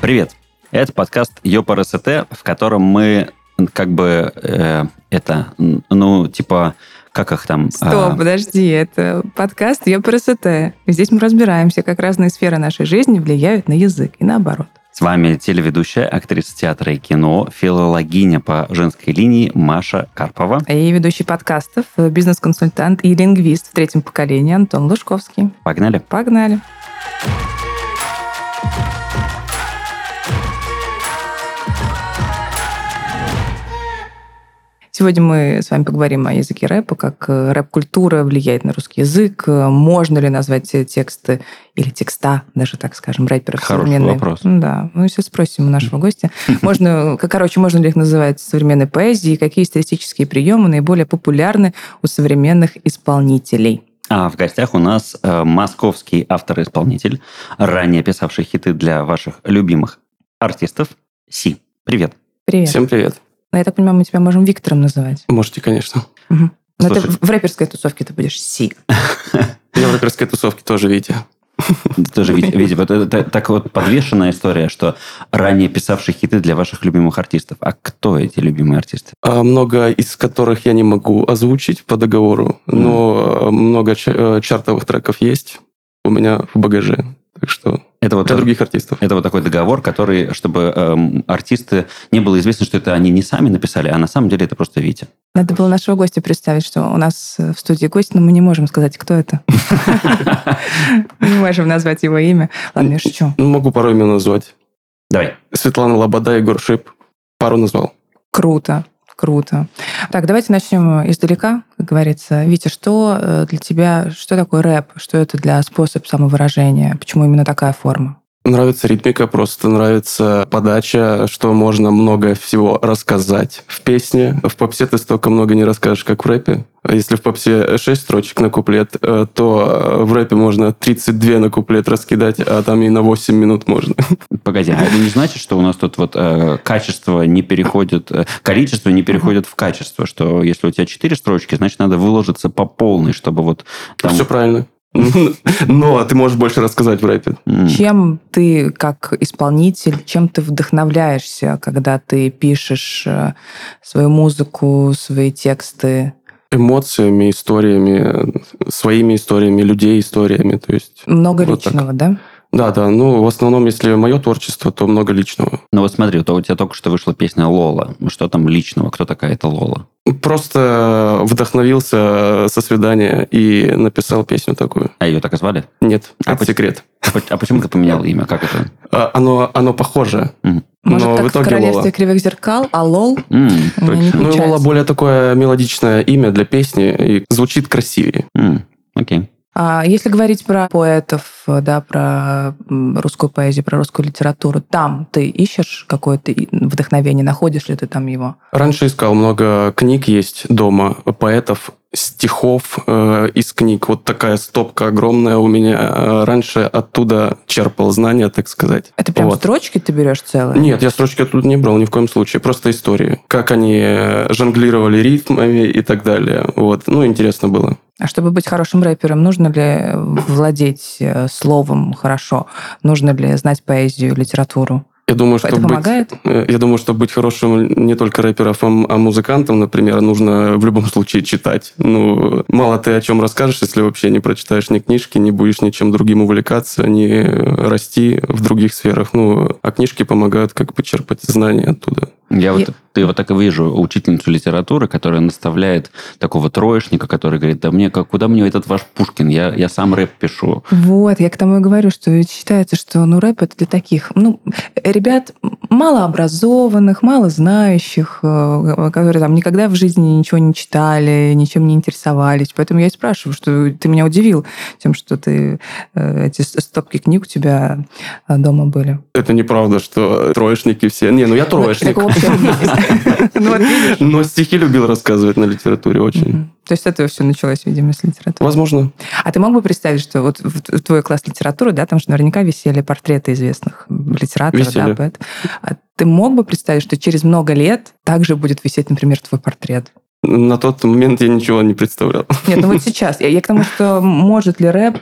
Привет! Это подкаст ЙОПРСТ, в котором мы как их там... Стоп, подожди, это подкаст ЙОПРСТ. Здесь мы разбираемся, как разные сферы нашей жизни влияют на язык и наоборот. С вами телеведущая, актриса театра и кино, филологиня по женской линии Маша Карпова. И ведущий подкастов, бизнес-консультант и лингвист в третьем поколении Антон Лужковский. Погнали? Погнали. Сегодня мы с вами поговорим о языке рэпа, как рэп-культура влияет на русский язык, можно ли назвать тексты или текста, даже так скажем, рэперов современные. Хороший вопрос. Да, мы сейчас спросим у нашего гостя. Можно ли их называть современной поэзией, какие стилистические приемы наиболее популярны у современных исполнителей? А в гостях у нас московский автор-исполнитель, ранее писавший хиты для ваших любимых артистов, Си. Привет. Привет. Всем привет. Я так понимаю, мы тебя можем Виктором называть. Можете, конечно. Угу. Но ты в рэперской тусовке ты будешь Си. Я в рэперской тусовке тоже Витя. Тоже Витя. Вот это так вот подвешенная история, что ранее писавший хиты для ваших любимых артистов. А кто эти любимые артисты? Много из которых я не могу озвучить по договору, но много чартовых треков есть у меня в багаже. Так что это вот для других артистов. Это вот такой договор, который, чтобы артисты не было известно, что это они не сами написали, а на самом деле это просто Витя. Надо было нашего гостя представить, что у нас в студии гость, но мы не можем сказать, кто это. Мы не можем назвать его имя. Ладно, я шучу. Могу пару имен назвать. Давай. Светлана Лобода, Егор Шип. Пару назвал. Круто. Круто. Так, давайте начнем издалека, как говорится. Витя, что для тебя, что такое рэп? Что это для способ самовыражения? Почему именно такая форма? Нравится ритмика, просто нравится подача, что можно много всего рассказать в песне. В попсе ты столько много не расскажешь, как в рэпе. Если в попсе 6 строчек на куплет, то в рэпе можно 32 на куплет раскидать, а там и на 8 минут можно. Погоди, а это не значит, что у нас тут вот количество не переходит в качество, что если у тебя 4 строчки, значит, надо выложиться по полной, чтобы вот... Там... Все правильно. Но ты можешь больше рассказать в рэпе. Чем ты, как исполнитель, чем ты вдохновляешься, когда ты пишешь свою музыку, свои тексты? Эмоциями, историями, своими историями, людей историями. То есть много вот личного, так. Да? Да. Ну, в основном, если мое творчество, то много личного. Ну вот смотри, то у тебя только что вышла песня «Лола». Что там личного? Кто такая эта Лола? Просто вдохновился со свидания и написал песню такую. А ее так и звали? Нет, это секрет. А почему ты поменял имя? Как это? Оно похоже. Может, но как в итоге в «Королевстве Лола. кривых зеркал», а «Лол»? Ну, Лола более такое мелодичное имя для песни и звучит красивее. Окей. А если говорить про поэтов, да, про русскую поэзию, про русскую литературу, там ты ищешь какое-то вдохновение, находишь ли ты там его? Раньше искал, много книг есть дома, поэтов, стихов из книг. Вот такая стопка огромная у меня. Раньше оттуда черпал знания, так сказать. Это прям строчки ты берешь целые? Нет, я строчки оттуда не брал ни в коем случае. Просто истории. Как они жонглировали ритмами и так далее. Вот. Ну, интересно было. А чтобы быть хорошим рэпером, нужно ли владеть словом хорошо? Нужно ли знать поэзию, литературу? Я думаю, что это помогает? Чтобы быть хорошим не только рэпером, а музыкантом, например, нужно в любом случае читать. Ну, мало ты о чем расскажешь, если вообще не прочитаешь ни книжки, не будешь ничем другим увлекаться, не расти в других сферах. Ну, а книжки помогают как бы черпать знания оттуда. Ты вот так и вижу учительницу литературы, которая наставляет такого троечника, который говорит, да мне, куда мне этот ваш Пушкин, я сам рэп пишу. Вот, я к тому и говорю, что считается, что рэп это для таких, ребят малообразованных, малознающих, которые там никогда в жизни ничего не читали, ничем не интересовались. Поэтому я и спрашиваю, что ты меня удивил тем, что ты эти стопки книг у тебя дома были. Это неправда, что троечники все. Я троечник. Но стихи любил рассказывать на литературе очень. То есть это все началось, видимо, с литературы. Возможно. А ты мог бы представить, что вот в твой класс литературы, да, там же наверняка висели портреты известных литераторов, да, поэтов. А ты мог бы представить, что через много лет также будет висеть, например, твой портрет? На тот момент я ничего не представлял. Нет, ну вот сейчас. Я к тому, что может ли рэп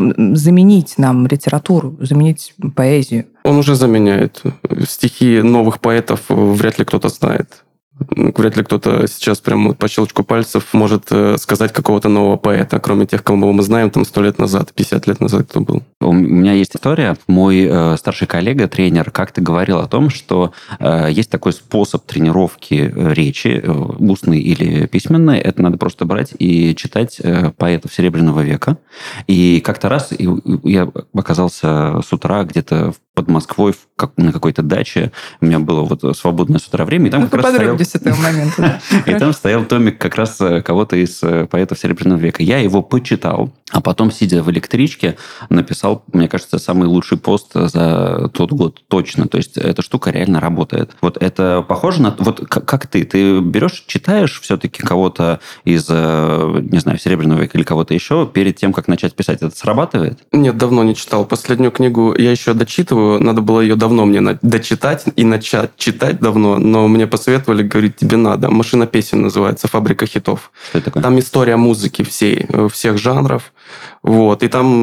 заменить нам литературу, заменить поэзию? Он уже заменяет. Стихи новых поэтов вряд ли кто-то знает. Вряд ли кто-то сейчас прямо по щелчку пальцев может сказать какого-то нового поэта, кроме тех, кого мы знаем там 100 лет назад, 50 лет назад кто был. У меня есть история. Мой старший коллега, тренер, как-то говорил о том, что есть такой способ тренировки речи, устной или письменной. Это надо просто брать и читать поэтов Серебряного века. И как-то раз я оказался с утра где-то под Москвой на какой-то даче. У меня было вот свободное с утра время. И там как раз стоял... с этого момента. И там стоял томик как раз кого-то из поэтов Серебряного века. Я его почитал, а потом, сидя в электричке, написал, мне кажется, самый лучший пост за тот год точно. То есть эта штука реально работает. Вот это похоже на... Вот как ты? Ты берешь, читаешь все-таки кого-то из, не знаю, Серебряного века или кого-то еще перед тем, как начать писать? Это срабатывает? Нет, давно не читал. Последнюю книгу я еще дочитываю. Надо было ее давно мне дочитать и начать читать давно, но мне посоветовали, говорит, тебе надо. «Машина песен» называется, «Фабрика хитов». Что это такое? Там история музыки всех жанров. Вот. И там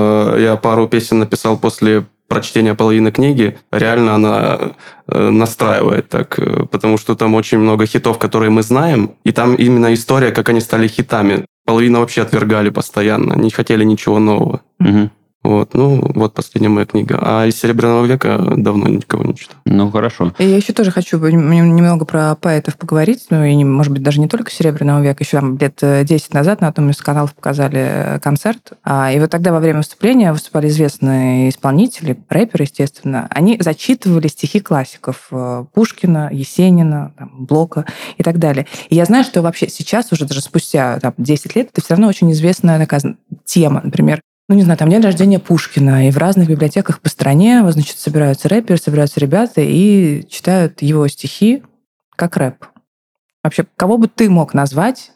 я пару песен написал после прочтения половины книги. Реально она настраивает так, потому что там очень много хитов, которые мы знаем, и там именно история, как они стали хитами. Половину вообще отвергали постоянно, не хотели ничего нового. Угу. Вот, вот последняя моя книга. А из Серебряного века давно никого не читал. Ну, хорошо. И я еще тоже хочу немного про поэтов поговорить, ну, и, может быть, даже не только Серебряного века, еще там лет 10 назад на одном из каналов показали концерт, и вот тогда во время выступления выступали известные исполнители, рэперы, естественно, они зачитывали стихи классиков Пушкина, Есенина, там, Блока и так далее. И я знаю, что вообще сейчас, уже даже спустя 10 лет, это все равно очень известная такая тема, например, ну, не знаю, там день рождения Пушкина, и в разных библиотеках по стране, значит, собираются рэперы, собираются ребята и читают его стихи как рэп. Вообще, кого бы ты мог назвать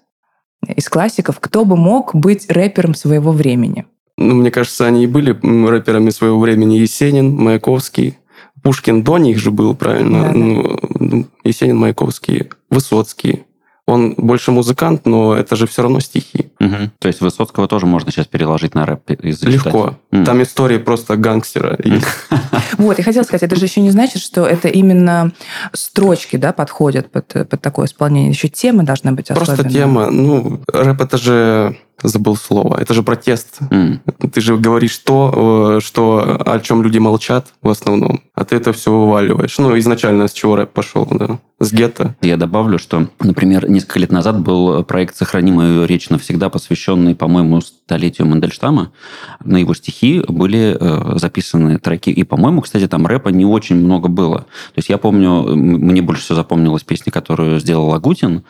из классиков, кто бы мог быть рэпером своего времени? Ну, мне кажется, они и были рэперами своего времени. Есенин, Маяковский. Пушкин до них же был, правильно? Да, ну, Есенин, Маяковский, Высоцкий. Он больше музыкант, но это же все равно стихи. Угу. То есть Высоцкого тоже можно сейчас переложить на рэп и зачитать? Легко. Там истории просто гангстера. Вот, я хотела сказать, это же еще не значит, что это именно строчки, да, подходят под такое исполнение. Еще темы должны быть особенные. Просто тема. Ну, рэп это же... Забыл слово. Это же протест. Ты же говоришь то, о чем люди молчат в основном, а ты это все вываливаешь. Ну, изначально с чего рэп пошел, да? С гетто. Я добавлю, что, например, несколько лет назад был проект «Сохрани мою речь навсегда», посвященный, по-моему, столетию Мандельштама. На его стихи были записаны треки. И, по-моему, кстати, там рэпа не очень много было. То есть я помню, мне больше всего запомнилась песня, которую сделал Агутин,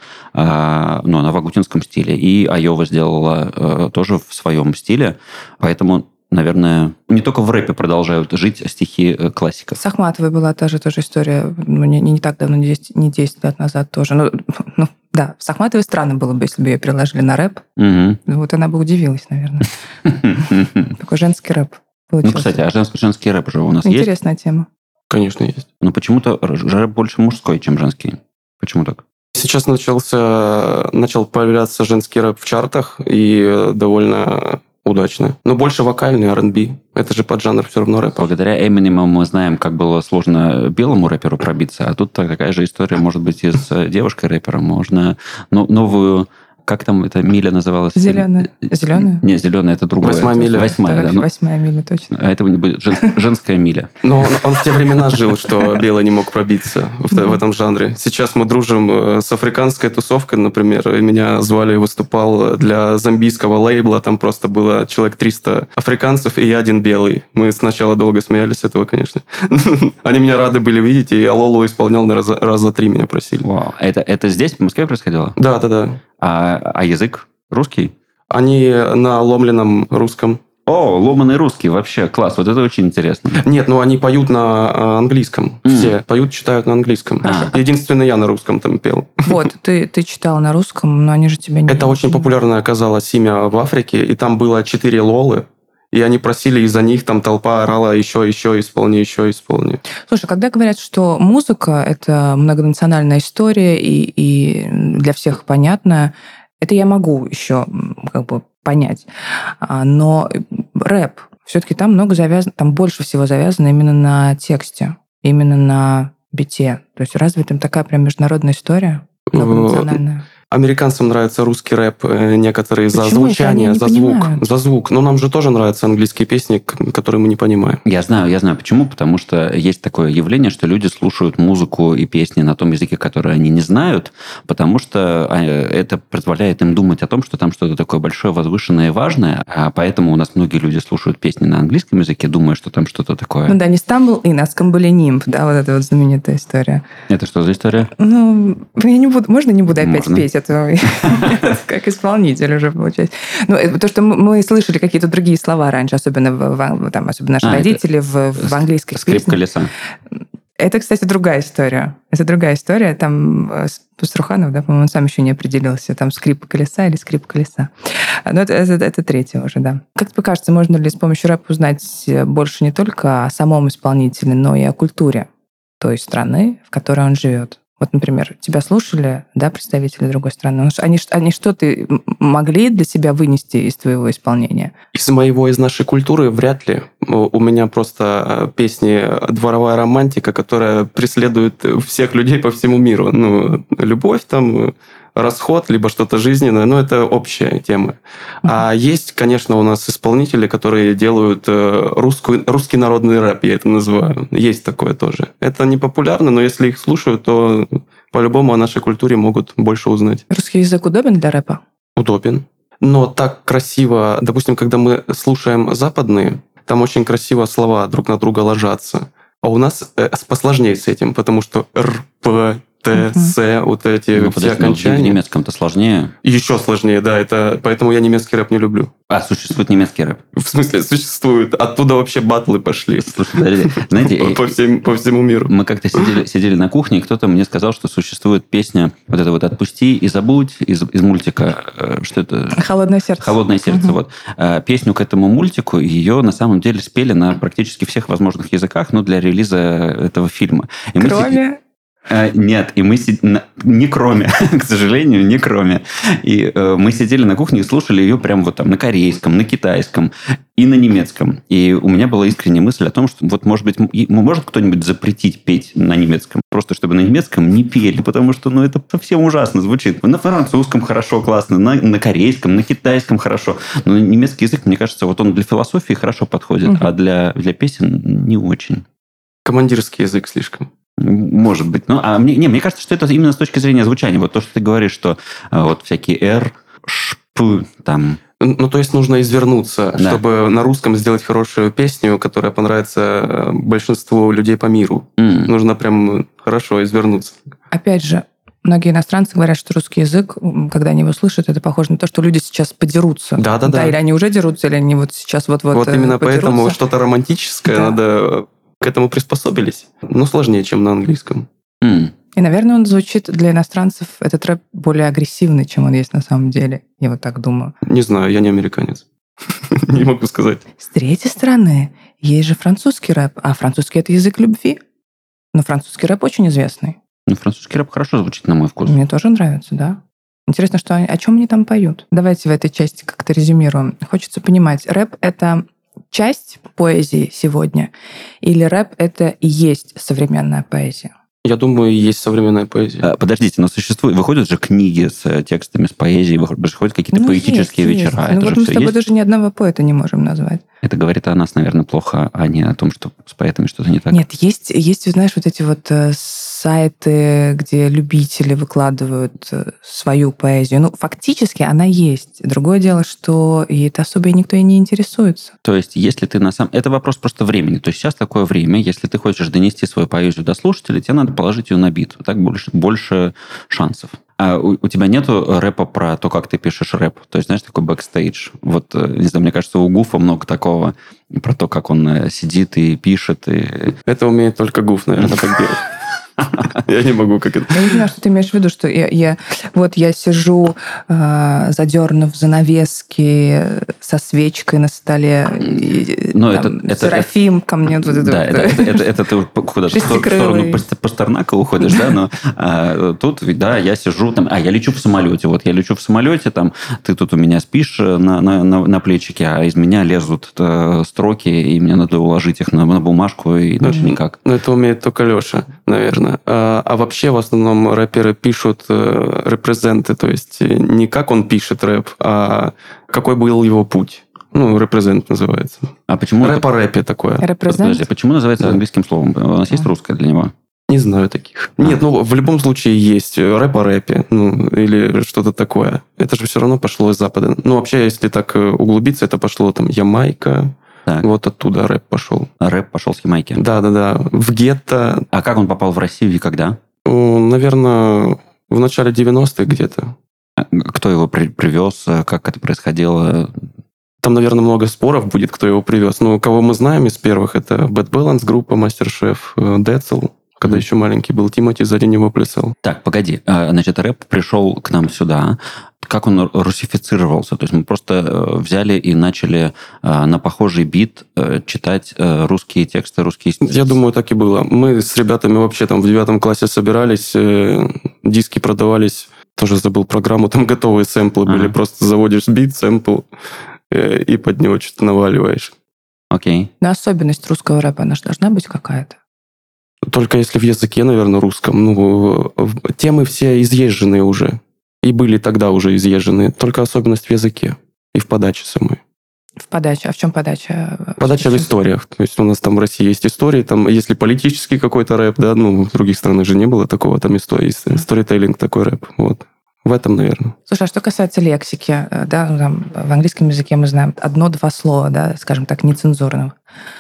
но она в агутинском стиле. И Айова сделала тоже в своем стиле. Поэтому, наверное, не только в рэпе продолжают жить стихи классиков. С Ахматовой была та же тоже история, не так давно, не 10 лет назад тоже. Ну, да, с Ахматовой странно было бы, если бы ее переложили на рэп. Угу. Вот она бы удивилась, наверное. Такой женский рэп получился. Ну, кстати, а женский рэп же у нас есть? Интересная тема. Конечно, есть. Но почему-то рэп больше мужской, чем женский. Почему так? Сейчас начал появляться женский рэп в чартах, и довольно удачно. Но больше вокальный R&B. Это же поджанр все равно рэпа. Благодаря Эминему мы знаем, как было сложно белому рэперу пробиться, а тут такая же история может быть и с девушкой-рэпером. Можно новую... Как там эта миля называлась? Зеленая. Зеленая? Не, зеленая, это другое. 8-я миля. 8-я, да. 8-я миля, точно. А это будет женская миля. Но он в те времена жил, что белый не мог пробиться в этом жанре. Сейчас мы дружим с африканской тусовкой, например. Меня звали, выступал для замбийского лейбла. Там просто было человек 300 африканцев, и я один белый. Мы сначала долго смеялись с этого, конечно. Они меня рады были видеть, и Алолу исполнял раз за 3 меня просили. Вау. Это здесь, в Москве происходило? Да. А язык русский? Они на ломленном русском. О, ломаный русский, вообще класс, вот это очень интересно. Нет, они поют на английском. Все поют, читают на английском. Единственное, я на русском там пел. Вот, ты читал на русском, но они же тебя не... Это очень популярное оказалось имя в Африке, и там было 4 лолы. И они просили из-за них, там толпа орала еще исполни. Слушай, когда говорят, что музыка – это многонациональная история, и для всех понятное. Это я могу еще как бы понять. Но рэп, все-таки там много завязано, там больше всего завязано именно на тексте, именно на бите. То есть разве там такая прям международная история, многонациональная? Американцам нравится русский рэп, некоторые за Почему? звучание, за звук. За звук. Но нам же тоже нравятся английские песни, которые мы не понимаем. Я знаю почему. Потому что есть такое явление, что люди слушают музыку и песни на том языке, который они не знают, потому что это позволяет им думать о том, что там что-то такое большое, возвышенное и важное. А поэтому у нас многие люди слушают песни на английском языке, думая, что там что-то такое. Ну да, не Стамбул и Наском были нимб, да, вот эта вот знаменитая история. Это что за история? Ну, я не буду, можно не буду опять Можно. петь этого, как исполнитель уже получается. Ну, то, что мы слышали какие-то другие слова раньше, особенно особенно наши родители в английских Скрип песнях. колеса. Это, кстати, другая история. Это другая история. Там Паструханов, да, по-моему, он сам еще не определился. Там скрип колеса или скрип колеса. Но это третье уже, да. Как тебе кажется, можно ли с помощью рэпа узнать больше не только о самом исполнителе, но и о культуре той страны, в которой он живет? Вот, например, тебя слушали, да, представители другой страны. Они что-то могли для себя вынести из твоего исполнения? Из нашей культуры вряд ли. У меня просто песни «Дворовая романтика», которая преследует всех людей по всему миру. Ну, любовь там, расход, либо что-то жизненное, но это общая тема. А есть, конечно, у нас исполнители, которые делают русский народный рэп, я это называю. Есть такое тоже. Это не популярно, но если их слушают, то по-любому о нашей культуре могут больше узнать. Русский язык удобен для рэпа? Удобен. Но так красиво, допустим, когда мы слушаем западные, там очень красиво слова друг на друга ложатся. А у нас посложнее с этим, потому что р, п, т, с, вот эти все окончания. В немецком-то сложнее. Еще сложнее, да. Поэтому я немецкий рэп не люблю. А, существует немецкий рэп? В смысле, существует. Оттуда вообще батлы пошли. Слушай, подожди. Знаете, по всему миру. Мы как-то сидели на кухне, и кто-то мне сказал, что существует песня вот эта вот «Отпусти и забудь» из мультика. Что это? «Холодное сердце». «Холодное сердце», вот. Песню к этому мультику, ее на самом деле спели на практически всех возможных языках, но для релиза этого фильма. И Кроме... Нет, и мы не кроме, к сожалению, не кроме. И мы сидели на кухне и слушали ее прямо вот там на корейском, на китайском и на немецком. И у меня была искренняя мысль о том, что вот, может быть, может кто-нибудь запретить петь на немецком, просто чтобы на немецком не пели, потому что, ну, это совсем ужасно звучит. На французском хорошо, классно, на корейском, на китайском хорошо. Но немецкий язык, мне кажется, вот он для философии хорошо подходит, а для песен не очень. Командирский язык слишком. Может быть. Ну, мне кажется, что это именно с точки зрения звучания. Вот то, что ты говоришь, что вот всякие «р», «шп», там... Ну, то есть нужно извернуться, да, чтобы на русском сделать хорошую песню, которая понравится большинству людей по миру. Нужно прям хорошо извернуться. Опять же, многие иностранцы говорят, что русский язык, когда они его слышат, это похоже на то, что люди сейчас подерутся. Да. Или они уже дерутся, или они вот сейчас вот-вот Вот именно подерутся. поэтому что-то романтическое, да, надо... К этому приспособились. Но сложнее, чем на английском. И, наверное, он звучит для иностранцев, этот рэп, более агрессивный, чем он есть на самом деле. Я вот так думаю. Не знаю, я не американец. Не могу сказать. С третьей стороны, есть же французский рэп, а французский — это язык любви. Но французский рэп очень известный. Ну, французский рэп хорошо звучит, на мой вкус. Мне тоже нравится, да. Интересно, о чем они там поют. Давайте в этой части как-то резюмируем. Хочется понимать, рэп — это часть поэзии сегодня, или рэп — это и есть современная поэзия? Я думаю, есть современная поэзия. Подождите, но выходят же книги с текстами, с поэзией, выходят какие-то поэтические вечера. Ну вот мы с тобой даже ни одного поэта не можем назвать. Это говорит о нас, наверное, плохо, а не о том, что с поэтами что-то не так. Нет, есть, знаешь, вот эти вот сайты, где любители выкладывают свою поэзию. Ну, фактически она есть. Другое дело, что это особо и никто и не интересуется. То есть, если ты это вопрос просто времени. То есть, сейчас такое время, если ты хочешь донести свою поэзию до слушателей, тебе надо положить ее на бит. Так больше шансов. А у тебя нету рэпа про то, как ты пишешь рэп? То есть, знаешь, такой бэкстейдж. Вот, не знаю, мне кажется, у Гуфа много такого про то, как он сидит и пишет. Это умеет только Гуф, наверное, так делать. Я не могу как это... Я не знаю, что ты имеешь в виду, что я сижу, задернув занавески со свечкой на столе, Серафим ко мне... Да, это ты куда-то в сторону Пастернака уходишь, да, но тут, да, я сижу там, я лечу в самолете, я лечу в самолете, там, ты тут у меня спишь на плечике, а из меня лезут строки, и мне надо уложить их на бумажку, и иначе никак. Это умеет только Леша, наверное. А вообще, в основном, рэперы пишут репрезенты, то есть не как он пишет рэп, а какой был его путь. Репрезент называется. А почему... Рэп о рэпе такое. Подожди, почему называется английским словом? У нас есть русское для него? Не знаю таких. Нет, в любом случае есть рэп о рэпе, или что-то такое. Это же все равно пошло из Запада. Вообще, если так углубиться, это пошло там Ямайка, так. Вот оттуда рэп пошел. Рэп пошел с Ямайки? Да. В гетто. А как он попал в Россию и когда? Наверное, в начале 90-х где-то. Кто его привез? Как это происходило? Там, наверное, много споров будет, кто его привез. Кого мы знаем из первых, это Bad Balance группа, Мастер-шеф, Децл. Когда еще маленький был Тимати, за него плясал. Так, погоди. Значит, рэп пришел к нам сюда. Как он русифицировался? То есть мы просто взяли и начали на похожий бит читать русские тексты, русские стихи? Я думаю, так и было. Мы с ребятами вообще там в 9 классе собирались, диски продавались, тоже забыл программу, там готовые сэмплы были. Просто заводишь бит, сэмпл и под него что-то наваливаешь. Окей. Но особенность русского рэпа, она же должна быть какая-то. Только если в языке, наверное, русском. Темы все изъезженные уже. И были тогда уже изъезженные. Только особенность в языке. И в подаче самой. В подаче? А в чем подача? Подача в историях. То есть у нас там в России есть истории. Там, если политический какой-то рэп, да, в других странах же не было такого. Там истории, сторителлинг такой рэп. Вот. В этом, наверное. Слушай, а что касается лексики, да, там, в английском языке мы знаем 1-2 слова, да, скажем так, нецензурного.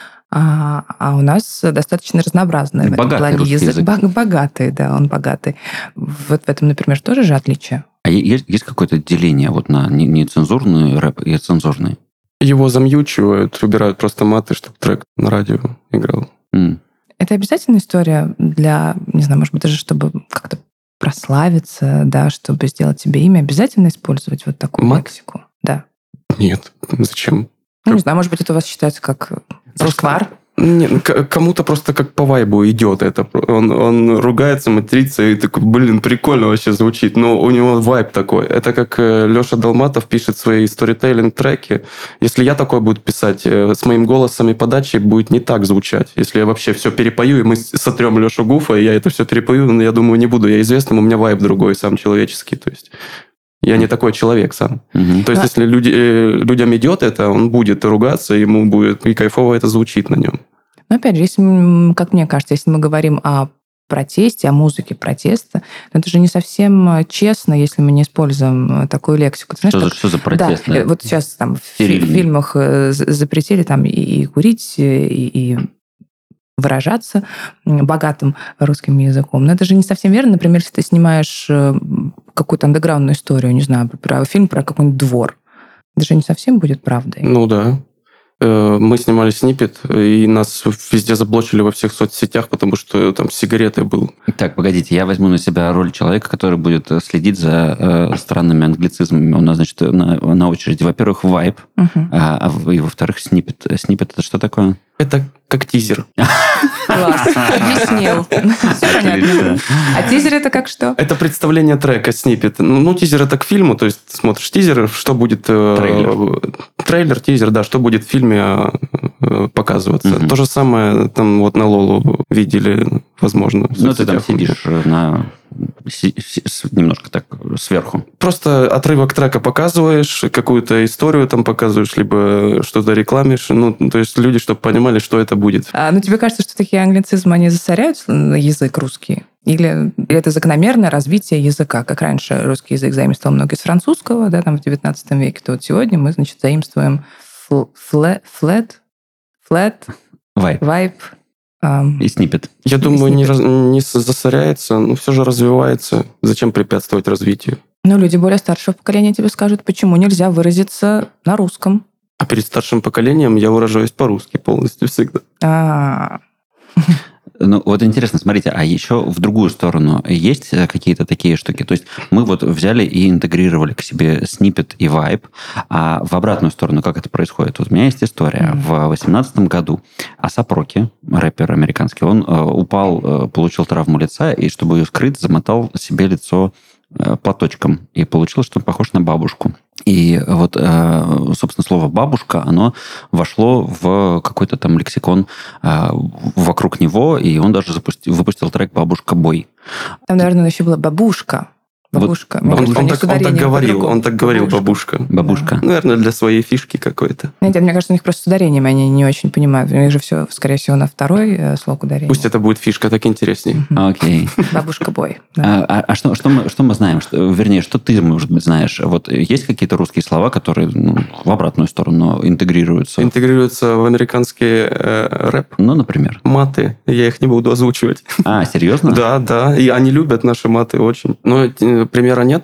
А у нас достаточно разнообразный в этом плане язык. Богатый, да, он богатый. Вот в этом, например, тоже же отличие. А есть какое-то деление на нецензурный рэп и цензурный? Его замьючивают, убирают просто маты, чтобы трек на радио играл. Это обязательная история для, не знаю, может быть, даже чтобы как-то прославиться, да, чтобы сделать себе имя, обязательно использовать вот такую лексику? Да. Нет, зачем? Не знаю, может быть, это у вас считается как зашквар? Нет, кому-то просто как по вайбу идет это. Он ругается, матерится и такой, прикольно вообще звучит. Но у него вайб такой. Это как Леша Долматов пишет свои сторителлинг-треки. Если я такой буду писать, с моим голосом и подачей будет не так звучать. Если я вообще все перепою, и мы сотрем Лешу Гуфа, и я это все перепою, но я думаю, не буду я известным, у меня вайб другой, сам человеческий. То есть... Я не такой человек сам. То есть, если людям идет это, он будет ругаться, ему будет и кайфово это звучит на нем. Но опять же, если, как мне кажется, если мы говорим о протесте, о музыке протеста, это же не совсем честно, если мы не используем такую лексику. Ты знаешь, что за протест? Да, вот сейчас там в фильмах запретили там и курить, и выражаться богатым русским языком. Но это же не совсем верно. Например, если ты снимаешь какую-то андеграундную историю, не знаю, фильм про какой-нибудь двор, это же не совсем будет правдой. Да. Мы снимали сниппет, и нас везде заблочили во всех соцсетях, потому что там с сигаретой был. Так, погодите, я возьму на себя роль человека, который будет следить за странными англицизмами. У нас, значит, на очереди, во-первых, вайб, и во-вторых, сниппет. Сниппет – это что такое? Это как тизер. Класс, объяснил. Все понятно. А тизер это как что? Это представление трека, сниппет. Тизер это к фильму, то есть смотришь тизер, что будет... Трейлер, тизер, да, что будет в фильме показываться. То же самое там на Лолу видели, возможно. Ты там сидишь немножко так сверху. Просто отрывок трека показываешь, какую-то историю там показываешь, либо что-то рекламишь. То есть люди, чтобы понимали, что это будет. Тебе кажется, что такие англицизмы, они засоряют язык русский? Или это закономерное развитие языка? Как раньше русский язык заимствовал многое из французского, да, там в 19 веке, то вот сегодня мы, значит, заимствуем вайб, и сниппет. Я думаю, не засоряется, но все же развивается. Зачем препятствовать развитию? Люди более старшего поколения тебе скажут, почему нельзя выразиться на русском. А перед старшим поколением я выражаюсь по-русски полностью всегда. Ну, вот интересно, смотрите, а еще в другую сторону есть какие-то такие штуки? То есть мы вот взяли и интегрировали к себе сниппет и вайб, а в обратную сторону как это происходит? Вот у меня есть история. В 2018 году А$АП Роки, рэпер американский, он упал, получил травму лица, и чтобы ее скрыть, замотал себе лицо платочком. И получилось, что он похож на бабушку. И вот, собственно, слово «бабушка», оно вошло в какой-то там лексикон вокруг него, и он даже выпустил трек «Бабушка Бой». Там, наверное, еще была «Бабушка». Бабушка. Вот, он так говорил, бабушка. Бабушка. Да. Наверное, для своей фишки какой-то. Нет, мне кажется, у них просто с ударением они не очень понимают. У них же все, скорее всего, на второй слог ударения. Пусть это будет фишка, так интереснее. Окей. Бабушка Бой. Да. А что мы знаем? Вернее, что ты, может быть, знаешь? Вот есть какие-то русские слова, которые в обратную сторону интегрируются? Интегрируются в американский рэп. Ну, например? Маты. Я их не буду озвучивать. А, серьезно? Да. И они любят наши маты очень. Но примера нет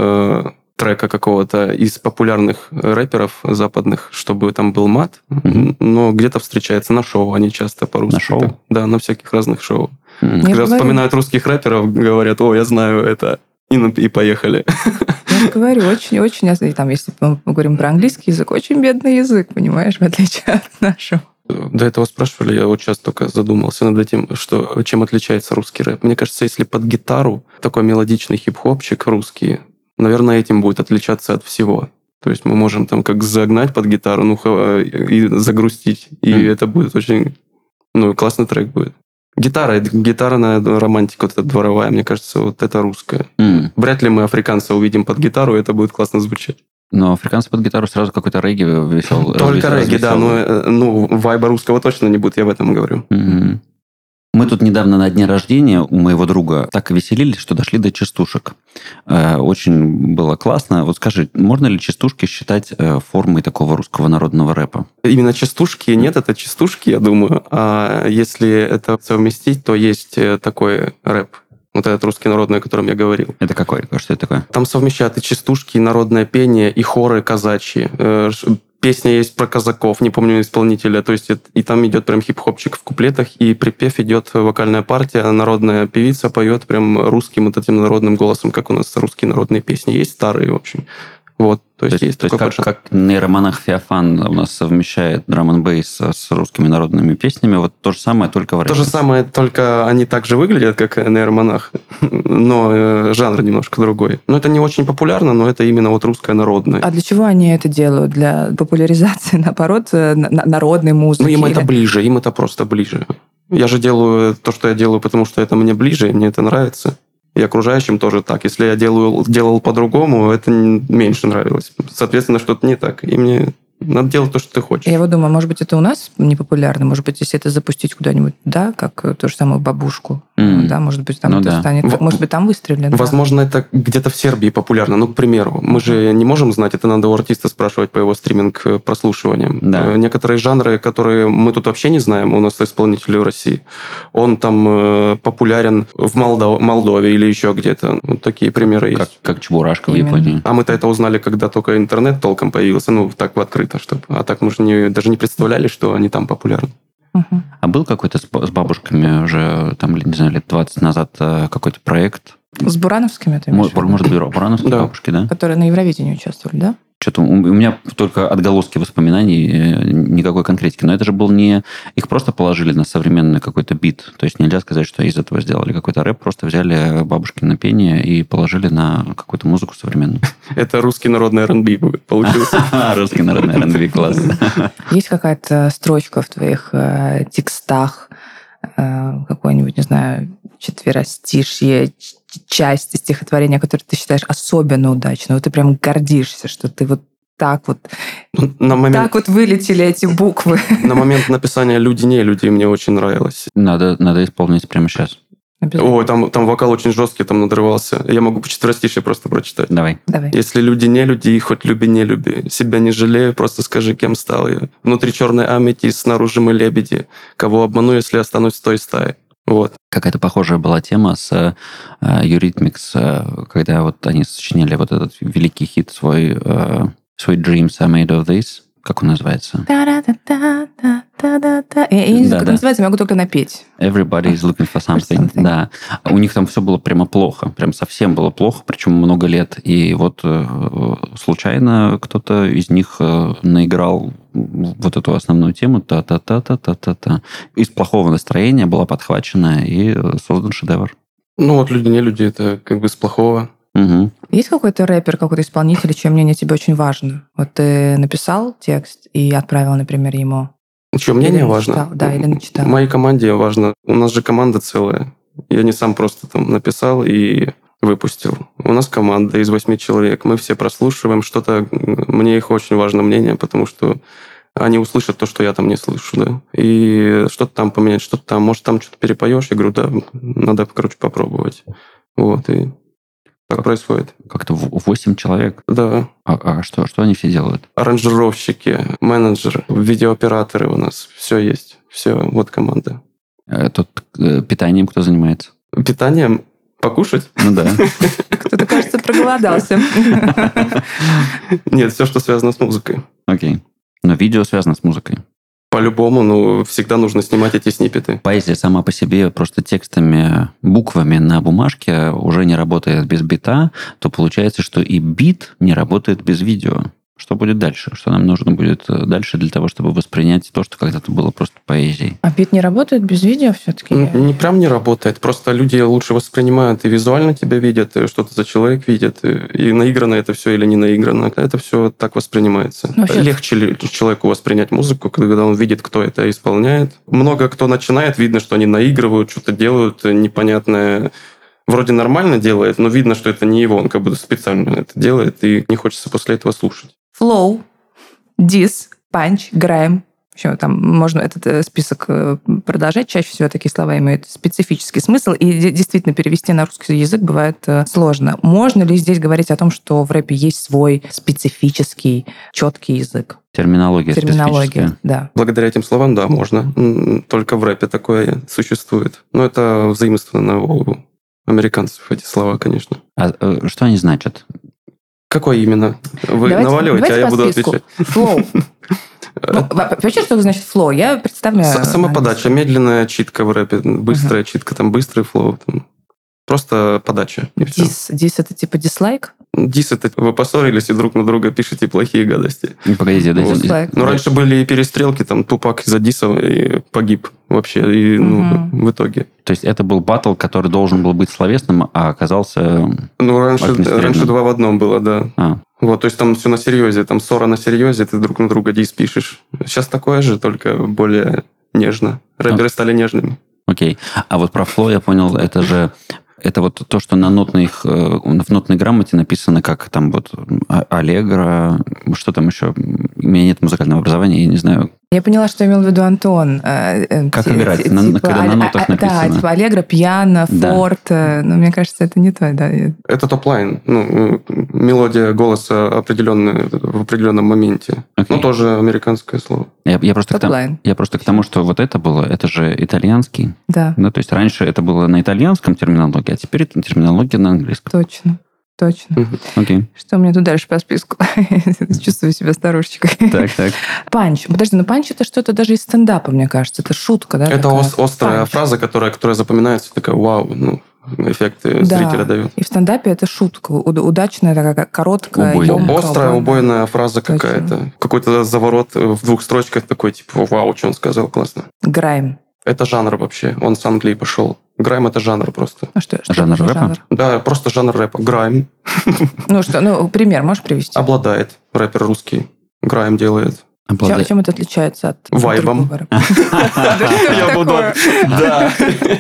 трека какого-то из популярных рэперов западных, чтобы там был мат, но где-то встречается на шоу, они часто по-русски. На шоу? Да, на всяких разных шоу. Я Когда говорю. вспоминают русских рэперов, говорят: о, я знаю это, и поехали. Я говорю, очень, там, если мы говорим про английский язык, очень бедный язык, понимаешь, в отличие от нашего. До этого спрашивали, я вот сейчас только задумался над этим, чем отличается русский рэп. Мне кажется, если под гитару такой мелодичный хип-хопчик русский, наверное, этим будет отличаться от всего. То есть мы можем там как загнать под гитару, и загрустить, и это будет очень, классный трек будет. Гитарная романтика, вот эта дворовая, мне кажется, вот это русская. Вряд ли мы африканца увидим под гитару, и это будет классно звучать. Но африканцы под гитару сразу какой-то регги веселый. Только регги, да, но вайба русского точно не будет, я об этом говорю. Мы тут недавно на дне рождения у моего друга так веселились, что дошли до частушек. Очень было классно. Вот скажи, можно ли частушки считать формой такого русского народного рэпа? Именно частушки нет, это частушки, я думаю. А если это совместить, то есть такой рэп. Вот этот русский народный, о котором я говорил. Это какой? Что это такое? Там совмещают и частушки, и народное пение, и хоры казачьи. Песня есть про казаков, не помню исполнителя. То есть и там идет прям хип-хопчик в куплетах, и припев идет вокальная партия, народная певица поет прям русским вот этим народным голосом, как у нас русские народные песни. Есть старые, в общем. Вот. То есть как нейромонах Феофан у нас совмещает драм-н-бейс с русскими народными песнями, вот то же самое, только в рэпе. То же самое, только они так же выглядят, как нейромонах, но жанр немножко другой. Но это не очень популярно, но это именно вот русское народное. А для чего они это делают? Для популяризации, наоборот, народной музыки? Им это ближе, им это просто ближе. Я же делаю то, что я делаю, потому что это мне ближе, и мне это нравится. И окружающим тоже так. Если я делал по-другому, это меньше нравилось. Соответственно, что-то не так. И мне надо делать то, что ты хочешь. Я вот думаю, может быть, это у нас не популярно. Может быть, если это запустить куда-нибудь, да, как ту же самую бабушку, да, может быть, там это станет... Может быть, там выстрелит. Возможно, это где-то в Сербии популярно. К примеру, мы же не можем знать, это надо у артиста спрашивать по его стриминг-прослушиваниям. Да. Некоторые жанры, которые мы тут вообще не знаем, у нас исполнители в России, он там популярен в Молдове или еще где-то. Вот такие примеры есть. Как Чебурашка в Японии. А мы-то это узнали, когда только интернет толком появился, так в открыто. А так мы же даже не представляли, что они там популярны. А был какой-то с бабушками уже, там, не знаю, лет 20 назад какой-то проект? С бурановскими, ты имеешь в виду? Может, бурановские бабушки, да? Которые на Евровидении участвовали, да? Что-то у меня только отголоски воспоминаний, никакой конкретики. Но это же был не... Их просто положили на современный какой-то бит. То есть нельзя сказать, что из этого сделали какой-то рэп. Просто взяли бабушкино пение и положили на какую-то музыку современную. Это русский народный R&B получился. Русский народный R&B, класс. Есть какая-то строчка в твоих текстах, какой-нибудь, не знаю, четверостишье, часть стихотворения, которое ты считаешь особенно удачной? Вот ты прям гордишься, что ты вот так вот вылетели эти буквы. На момент написания «Люди, не люди» мне очень нравилось. Надо исполнить прямо сейчас. Ой, там вокал очень жесткий, там надрывался. Я могу по четверостишье просто прочитать. Давай. Если люди не люди, хоть люби, не люби. Себя не жалею, просто скажи, кем стал я. Внутри черной аметист, снаружи мы лебеди. Кого обману, если останусь в той стае. Вот. Какая-то похожая была тема с Eurythmics, когда вот они сочиняли вот этот великий хит свой Sweet Dreams Are Made of This. Как он называется? Та-ра-та-та-та-та-та. Я не знаю, как он называется, могу только напеть. Everybody is looking for something. Да. У них там все было прямо плохо. Прям совсем было плохо, причем много лет. И вот случайно кто-то из них наиграл вот эту основную тему та-та-та-та-та-та-та. Из плохого настроения была подхвачена и создан шедевр. Ну вот «Люди, не люди» — это как бы с плохого. Угу. Есть какой-то рэпер, какой-то исполнитель, чье мнение тебе очень важно? Вот ты написал текст и отправил, например, ему. Что, мнение важно? Начитал. Да, или начитал. Моей команде важно. У нас же команда целая. Я не сам просто там написал и выпустил. У нас команда из 8 человек. Мы все прослушиваем что-то. Мне их очень важно мнение, потому что они услышат то, что я там не слышу, да. И что-то там поменять, что-то там. Может, там что-то перепоешь? Я говорю, да, надо, короче, попробовать. Вот, и так происходит. Как-то 8 человек. Да. А что они все делают? Аранжировщики, менеджеры, видеооператоры у нас. Все есть. Все, вот команда. Тут питанием кто занимается? Питанием покушать? Ну да. Кто-то, кажется, проголодался. Нет, все, что связано с музыкой. Окей. Но видео связано с музыкой. По-любому, всегда нужно снимать эти сниппеты. Поэзия сама по себе просто текстами, буквами на бумажке уже не работает без бита, то получается, что и бит не работает без видео. Что будет дальше? Что нам нужно будет дальше для того, чтобы воспринять то, что когда-то было просто поэзией? А бит не работает без видео все-таки? Не прям не работает. Просто люди лучше воспринимают и визуально тебя видят, и что ты за человек видит, и наиграно это все или не наиграно. Это все так воспринимается. Легче ли человеку воспринять музыку, когда он видит, кто это исполняет. Много кто начинает, видно, что они наигрывают, что-то делают непонятное. Вроде нормально делает, но видно, что это не его. Он как будто специально это делает, и не хочется после этого слушать. Флоу, дис, панч, грайм. Еще там можно этот список продолжать. Чаще всего такие слова имеют специфический смысл, и действительно перевести на русский язык бывает сложно. Можно ли здесь говорить о том, что в рэпе есть свой специфический, четкий язык? Терминология специфическая. Да. Благодаря этим словам, да, можно. Только в рэпе такое существует. Но это взаимственно у американцев эти слова, конечно. А что они значат? Какой именно? Вы наваливаете, а я буду отвечать. Флоу. Вообще, что значит флоу? Я представляю. Самоподача, медленная читка в рэпе, быстрая читка, там быстрый флоу. Просто подача. Дис это типа дислайк? Дис это вы поссорились и друг на друга пишете плохие гадости. Погодите, Ну, раньше были и перестрелки, там Тупак из-за диса и погиб вообще, и в итоге. То есть это был баттл, который должен был быть словесным, а оказался... Ну, раньше 2 в 1 было, да. Вот, то есть там все на серьезе, там ссора на серьезе, ты друг на друга дис пишешь. Сейчас такое же, только более нежно. Рэперы стали нежными. Окей. А вот про флоу я понял, это же... Это вот то, что в нотной грамоте написано, как там вот аллегро, что там еще. У меня нет музыкального образования, я не знаю. Я поняла, что имел в виду Антон. Как играть, когда на нотах написано. Да, типа аллегро, пиано, форт. Но мне кажется, это не то, да. Это топ-лайн. Мелодия голоса определенная в определенном моменте. Но тоже американское слово. Я просто к тому, что вот это было, это же итальянский. Да. Ну, то есть раньше это было на итальянском терминологии, а теперь это терминология на английском. Точно. Окей. Что у меня тут дальше по списку? Чувствую себя старушечкой. Так. Панч. Подожди, но панч это что-то даже из стендапа, мне кажется. Это шутка, да? Это острая фраза, которая запоминается, такая вау, эффект зрителя дает. И в стендапе это шутка. Удачная, такая короткая, емкая. Острая, убойная фраза какая-то. Какой-то заворот в 2 строчках такой, типа, вау, что он сказал, классно. Грайм. Это жанр вообще. Он с Англии пошел. Грайм — это жанр просто. А что жанр рэпа? Да, просто жанр рэпа. Грайм. Пример можешь привести? Обладает. Рэпер русский. Грайм делает. Чем это отличается от... Вайбом. Я буду... Да.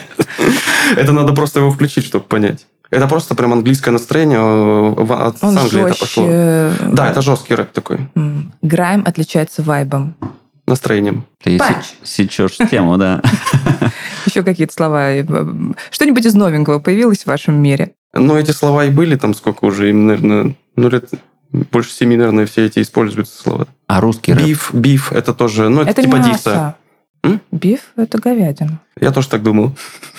Это надо просто его включить, чтобы понять. Это просто прям английское настроение. С Англии это пошло. Да, это жесткий рэп такой. Грайм отличается вайбом. Настроением. Ты сечешь тему, да. Еще какие-то слова. Что-нибудь из новенького появилось в вашем мире? Ну, эти слова и были там сколько уже, им, наверное, лет больше 7, наверное, все эти используются слова. А русский рэп? Биф, это тоже, это типа диса. Биф – это говядина. Я тоже так думал.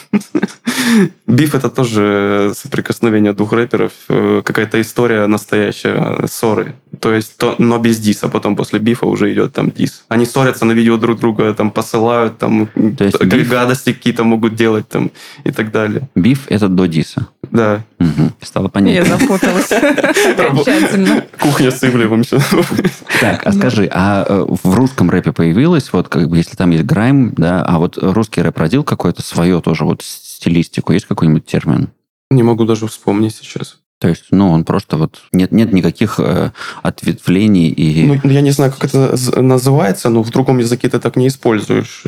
Биф – это тоже соприкосновение 2 рэперов, какая-то история настоящая, ссоры. То есть, но без диса. Потом после бифа уже идет там дис. Они ссорятся на видео друг друга, там посылают, там гадости какие-то могут делать там и так далее. Биф — это до диса. Да. Угу. Стало понятно. Я запуталась окончательно. Кухня с Ивлевым. Так, а скажи, а в русском рэпе появилось, вот как бы, если там есть грайм, да, а вот русский рэп родил какое-то свое тоже вот стилистику? Есть какой-нибудь термин? Не могу даже вспомнить сейчас. То есть, он просто вот... Нет никаких ответвлений и... Я не знаю, как это называется, но в другом языке ты так не используешь.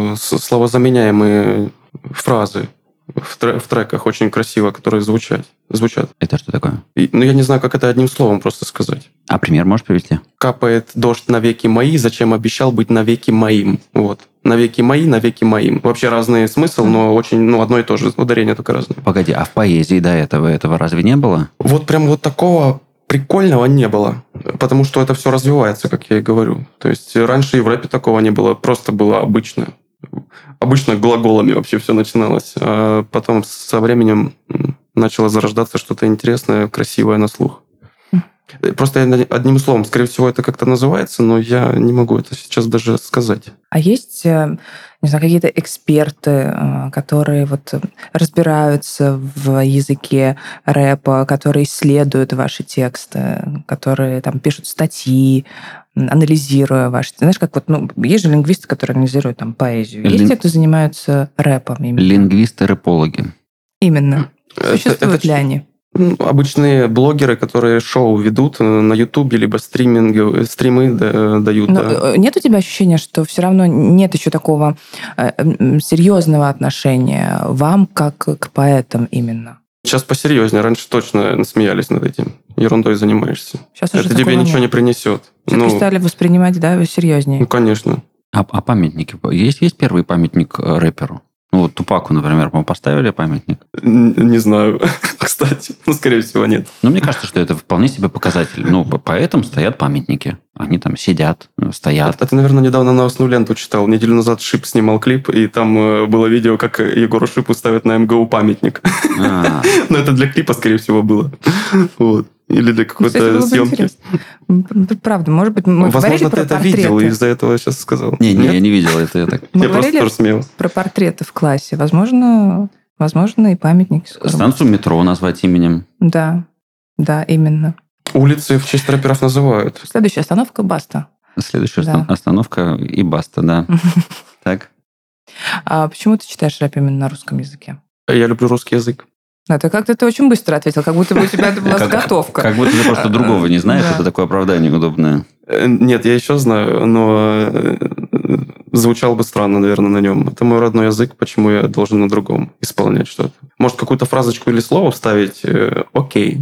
Словозаменяемые фразы в треках очень красиво, которые звучат. Это что такое? Я не знаю, как это одним словом просто сказать. А пример можешь привести? Капает дождь навеки мои, зачем обещал быть навеки моим? Вот. Навеки мои, навеки моим. Вообще разный смысл, но очень, одно и то же. Ударение только разное. Погоди, а в поэзии до этого разве не было? Вот прям вот такого прикольного не было. Потому что это все развивается, как я и говорю. То есть раньше и в рэпе такого не было. Просто было обычно. Обычно глаголами вообще все начиналось. А потом со временем начало зарождаться что-то интересное, красивое на слух. Просто одним словом, скорее всего, это как-то называется, но я не могу это сейчас даже сказать. А есть, не знаю, какие-то эксперты, которые вот разбираются в языке рэпа, которые исследуют ваши тексты, которые там пишут статьи, анализируя ваши... Знаешь, как вот, есть же лингвисты, которые анализируют там поэзию. Есть те, кто занимаются рэпом именно? Лингвисты-рэпологи. Именно. Существуют ли они? Обычные блогеры, которые шоу ведут на Ютубе, либо стримы дают. Но нет у тебя ощущения, что все равно нет еще такого серьезного отношения вам, как к поэтам именно? Сейчас посерьезнее. Раньше точно смеялись над этим. Ерундой занимаешься. Сейчас уже это тебе ничего не принесет. Все-таки стали воспринимать, да, серьезнее. Конечно. А памятники? Есть первый памятник рэперу? Вот Тупаку, например, мы поставили памятник? Не знаю, кстати. Скорее всего, нет. Мне кажется, что это вполне себе показатель. Поэтому стоят памятники. Они там сидят, стоят. Ты, наверное, недавно новостную ленту читал. Неделю назад Шип снимал клип, и там было видео, как Егору Шипу ставят на МГУ памятник. Но это для клипа, скорее всего, было. Вот. Или для какой-то съемки. Правда, может быть, мы возможно, ты это видел, и из-за этого сейчас сказал. Не, я не видел. Это я так. Мы говорили про портреты в классе. Возможно, и памятники. Станцию метро назвать именем. Да, именно. Улицы в честь рэперов называют. Следующая остановка – Баста. Следующая остановка и Баста, да. Так. А почему ты читаешь рэп именно на русском языке? Я люблю русский язык. Это как-то ты очень быстро ответил, как будто бы у тебя это была заготовка. Как будто ты просто другого не знаешь, это такое оправдание удобное. Нет, я еще знаю, но звучал бы странно, наверное, на нем. Это мой родной язык, почему я должен на другом исполнять что-то. Может, какую-то фразочку или слово вставить, окей.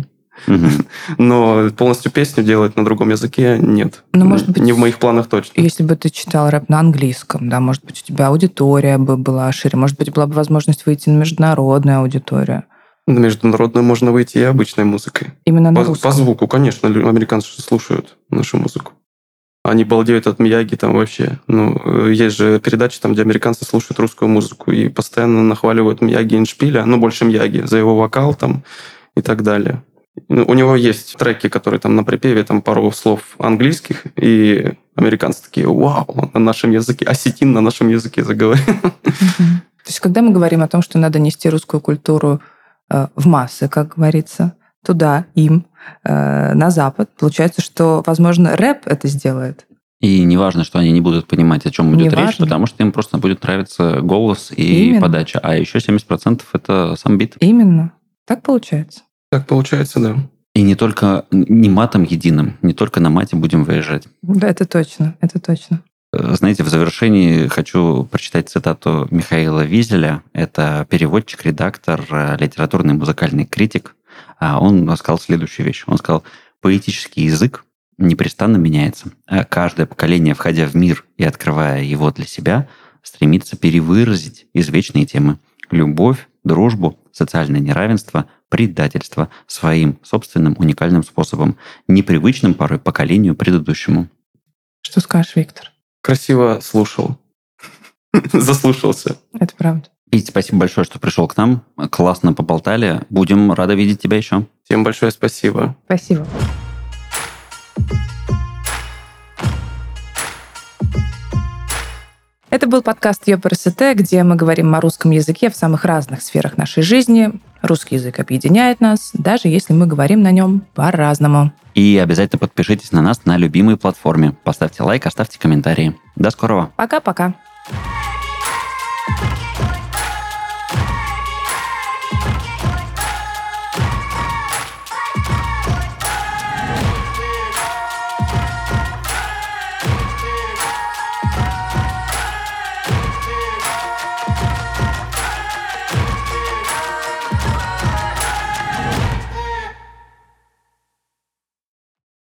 Но полностью песню делать на другом языке нет. Может быть, не в моих планах точно. Если бы ты читал рэп на английском, да, может быть, у тебя аудитория бы была шире, может быть, была бы возможность выйти на международную аудиторию. На международную можно выйти и обычной музыкой. Именно на русском? По звуку, конечно. Американцы слушают нашу музыку. Они балдеют от Мияги там вообще. Есть же передачи, там, где американцы слушают русскую музыку и постоянно нахваливают Мияги и Эндшпиля, больше Мияги, за его вокал там и так далее. У него есть треки, которые там на припеве, там пару слов английских, и американцы такие: вау, он на нашем языке, осетин на нашем языке заговорил. То есть, когда мы говорим о том, что надо нести русскую культуру в массы, как говорится, туда, им, на Запад, получается, что, возможно, рэп это сделает. И не важно, что они не будут понимать, о чем идет речь, потому что им просто будет нравиться голос и подача. А еще 70% это сам бит. Именно. Так получается. Так получается, да. И не только не матом единым, не только на мате будем выезжать. Да, это точно, это точно. Знаете, в завершении хочу прочитать цитату Михаила Визеля. Это переводчик, редактор, литературный и музыкальный критик. Он сказал следующую вещь. Он сказал: поэтический язык непрестанно меняется. Каждое поколение, входя в мир и открывая его для себя, стремится перевыразить извечные темы: любовь, дружбу, социальное неравенство, предательство своим собственным уникальным способом, непривычным порой поколению предыдущему. Что скажешь, Виктор? Красиво слушал. Заслушался. Это правда. Петя, спасибо большое, что пришел к нам. Классно поболтали. Будем рады видеть тебя еще. Всем большое спасибо. Спасибо. Это был подкаст ЕПРСТ, где мы говорим о русском языке в самых разных сферах нашей жизни. Русский язык объединяет нас, даже если мы говорим на нем по-разному. И обязательно подпишитесь на нас на любимой платформе. Поставьте лайк, оставьте комментарии. До скорого. Пока-пока.